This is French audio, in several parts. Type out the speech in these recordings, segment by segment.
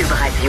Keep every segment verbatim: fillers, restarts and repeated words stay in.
Cube Radio.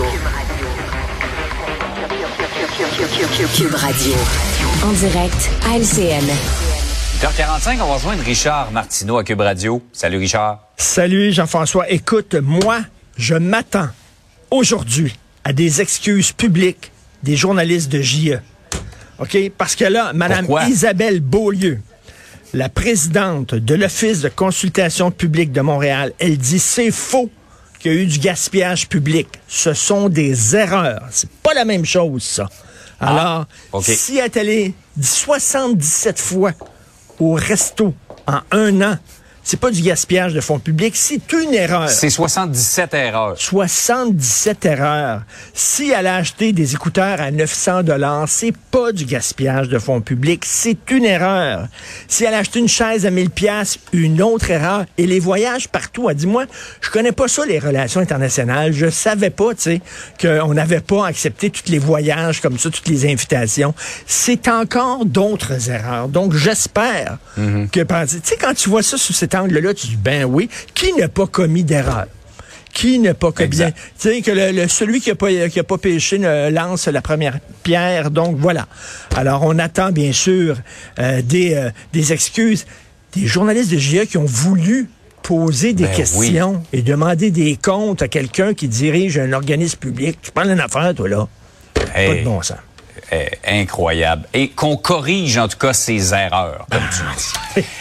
Cube Radio. En direct à L C N. huit heures quarante-cinq, on va rejoindre Richard Martineau à Cube Radio. Salut Richard. Salut Jean-François. Écoute, moi, je m'attends aujourd'hui à des excuses publiques des journalistes de J E. OK? Parce que là, Mme Isabelle Beaulieu, la présidente de l'Office de consultation publique de Montréal, elle dit c'est faux qu'il y a eu du gaspillage public. Ce sont des erreurs. C'est pas la même chose, ça. Alors, ah, okay. Si elle est allée soixante-dix-sept fois au resto en un an, c'est pas du gaspillage de fonds publics, c'est une erreur. C'est soixante-dix-sept erreurs. soixante-dix-sept erreurs. Si elle a acheté des écouteurs à neuf cents dollars, c'est pas du gaspillage de fonds publics, c'est une erreur. Si elle a acheté une chaise à mille piastres, une autre erreur. Et les voyages partout, elle dit, moi, je connais pas ça, les relations internationales. Je savais pas, tu sais, qu'on n'avait pas accepté tous les voyages comme ça, toutes les invitations. C'est encore d'autres erreurs. Donc, j'espère mm-hmm. que, tu sais, quand tu vois ça sous cet angle-là, tu dis, ben oui, qui n'a pas commis d'erreur? Qui n'a pas commis... Tu sais, que le, le, celui qui n'a pas, qui a pas péché ne lance la première pierre. Donc, voilà. Alors, on attend, bien sûr, euh, des, euh, des excuses des journalistes de J E qui ont voulu poser des ben questions oui. et demander des comptes à quelqu'un qui dirige un organisme public. Tu parles d'une affaire, toi, là. Hey. Pas de bon sens. Eh, incroyable. Et qu'on corrige, en tout cas, ces erreurs, comme tu dis.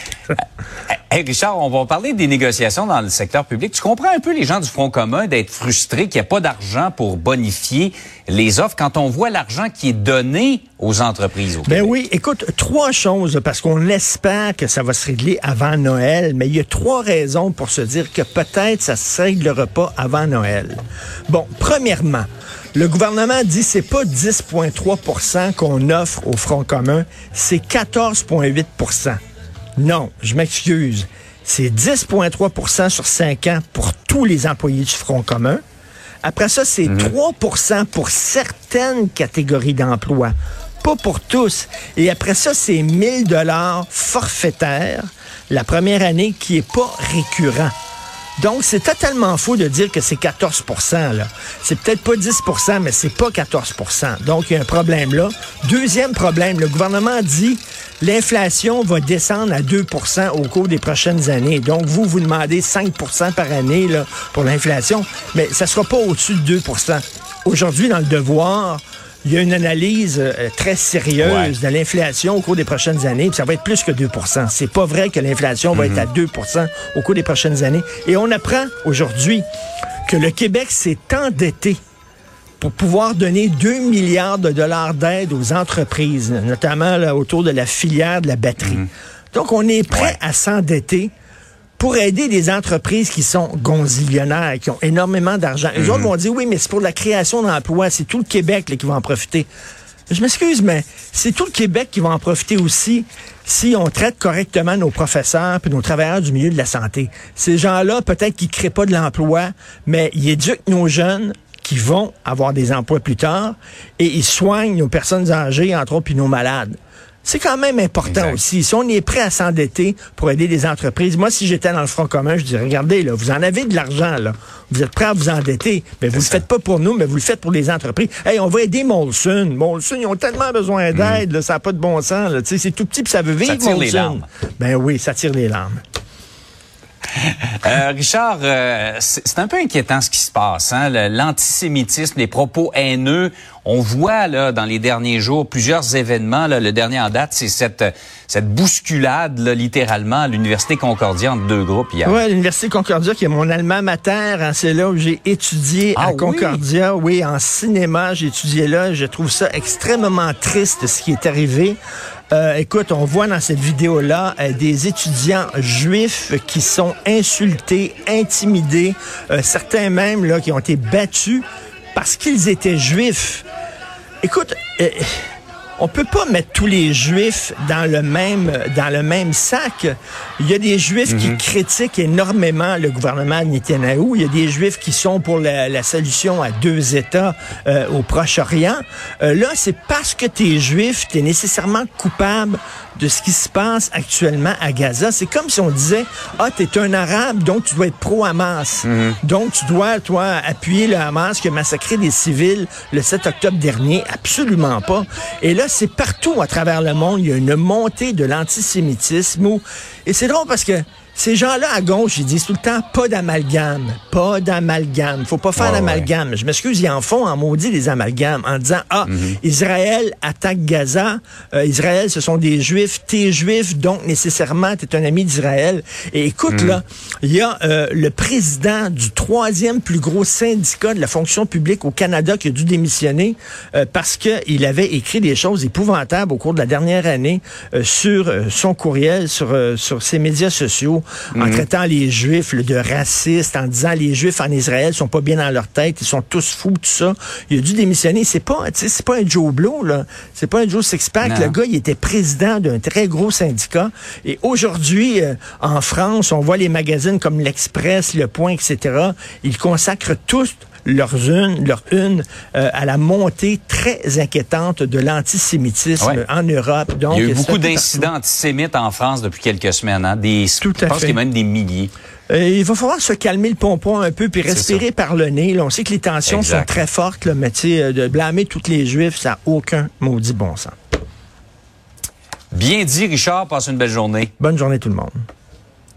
Hey Richard, on va parler des négociations dans le secteur public. Tu comprends un peu les gens du Front commun d'être frustrés qu'il n'y a pas d'argent pour bonifier les offres quand on voit l'argent qui est donné aux entreprises au Québec? Ben oui, écoute, trois choses, parce qu'on espère que ça va se régler avant Noël, mais il y a trois raisons pour se dire que peut-être ça ne se réglera pas avant Noël. Bon, premièrement, le gouvernement dit que c'est pas dix virgule trois pour cent qu'on offre au Front commun, c'est quatorze virgule huit pour cent. Non, je m'excuse. C'est dix virgule trois pour cent sur cinq ans pour tous les employés du Front commun. Après ça, c'est mmh. trois pour cent pour certaines catégories d'emplois, pas pour tous. Et après ça, c'est mille dollars forfaitaires la première année qui est pas récurrent. Donc, c'est totalement faux de dire que c'est quatorze pour cent, là. C'est peut-être pas dix pour cent, mais c'est pas quatorze pour cent. Donc, il y a un problème là. Deuxième problème, le gouvernement dit l'inflation va descendre à deux pour cent au cours des prochaines années. Donc, vous, vous demandez cinq pour cent par année là, pour l'inflation, mais ça sera pas au-dessus de deux pour cent. Aujourd'hui, dans le Devoir, il y a une analyse euh, très sérieuse ouais. de l'inflation au cours des prochaines années, puis ça va être plus que deux pour cent. C'est pas vrai que l'inflation va mm-hmm. être à deux pour cent au cours des prochaines années. Et on apprend aujourd'hui que le Québec s'est endetté pour pouvoir donner deux milliards de dollars d'aide aux entreprises, notamment là, autour de la filière de la batterie. Mm-hmm. Donc, on est prêt ouais. à s'endetter pour aider des entreprises qui sont gonzillionnaires, qui ont énormément d'argent. Eux mm-hmm. autres vont dire, oui, mais c'est pour la création d'emplois, c'est tout le Québec là, qui va en profiter. Je m'excuse, mais c'est tout le Québec qui va en profiter aussi si on traite correctement nos professeurs et nos travailleurs du milieu de la santé. Ces gens-là, peut-être qu'ils ne créent pas de l'emploi, mais ils éduquent nos jeunes qui vont avoir des emplois plus tard et ils soignent nos personnes âgées, entre autres, puis nos malades. C'est quand même important exact. Aussi. Si on est prêt à s'endetter pour aider les entreprises, moi, si j'étais dans le Front commun, je dirais, regardez, là, vous en avez de l'argent, là. Vous êtes prêts à vous endetter, mais vous ne le faites pas pour nous, mais vous le faites pour les entreprises. Hey, on va aider Molson. Molson, ils ont tellement besoin d'aide, mmh. là, ça n'a pas de bon sens, là. Tu sais, c'est tout petit puis ça veut vivre, ça tire Molson. Les larmes. Ben oui, ça tire les larmes. Euh, Richard, euh, c'est un peu inquiétant ce qui se passe, hein? L'antisémitisme, les propos haineux. On voit là dans les derniers jours plusieurs événements. Là, le dernier en date, c'est cette cette bousculade là, littéralement à l'Université Concordia entre deux groupes hier. Oui, l'Université Concordia qui est mon alma mater. Hein, c'est là où j'ai étudié ah, à Concordia. Oui? oui, en cinéma, j'ai étudié là. Je trouve ça extrêmement triste ce qui est arrivé. Euh, écoute, on voit dans cette vidéo-là euh, des étudiants juifs qui sont insultés, intimidés, euh, certains même là qui ont été battus parce qu'ils étaient juifs. Écoute, euh, on peut pas mettre tous les juifs dans le même dans le même sac. Il y a des juifs mm-hmm. qui critiquent énormément le gouvernement de Netanyahou. Il y a des juifs qui sont pour la, la solution à deux États euh, au Proche-Orient. Euh, là, c'est parce que tu es juif, tu es nécessairement coupable de ce qui se passe actuellement à Gaza. C'est comme si on disait, ah, t'es un Arabe, donc tu dois être pro-Hamas. Mm-hmm. Donc tu dois, toi, appuyer le Hamas qui a massacré des civils le sept octobre dernier. Absolument pas. Et là, c'est partout à travers le monde, il y a une montée de l'antisémitisme. Où... Et c'est drôle parce que ces gens-là à gauche, ils disent tout le temps pas d'amalgame, pas d'amalgame. Faut pas faire oh, d'amalgame. Ouais. Je m'excuse, ils en font en maudit des amalgames en disant ah mm-hmm. Israël attaque Gaza, euh, Israël ce sont des Juifs, t'es Juif donc nécessairement t'es un ami d'Israël. Et écoute mm. là, il y a euh, le président du troisième plus gros syndicat de la fonction publique au Canada qui a dû démissionner euh, parce que il avait écrit des choses épouvantables au cours de la dernière année euh, sur euh, son courriel, sur euh, sur ses médias sociaux. En mmh. traitant les Juifs là, de racistes, en disant les Juifs en Israël sont pas bien dans leur tête, ils sont tous fous, tout ça. Il a dû démissionner. C'est pas, tu sais, c'est pas un Joe Blow, là. C'est pas un Joe Sixpack. Le gars, il était président d'un très gros syndicat. Et aujourd'hui, euh, en France, on voit les magazines comme l'Express, Le Point, et cetera. Ils consacrent tous leur une, leur une euh, à la montée très inquiétante de l'antisémitisme ouais. en Europe. Donc, il y a eu beaucoup d'incidents partout. Antisémites en France depuis quelques semaines. Hein? Des, Tout à je pense fait. qu'il y a même des milliers. Euh, il va falloir se calmer le pompon un peu puis respirer par le nez. Là, on sait que les tensions exact. sont très fortes, là, mais tu sais, de blâmer tous les Juifs, ça n'a aucun maudit bon sens. Bien dit, Richard. Passe une belle journée. Bonne journée tout le monde.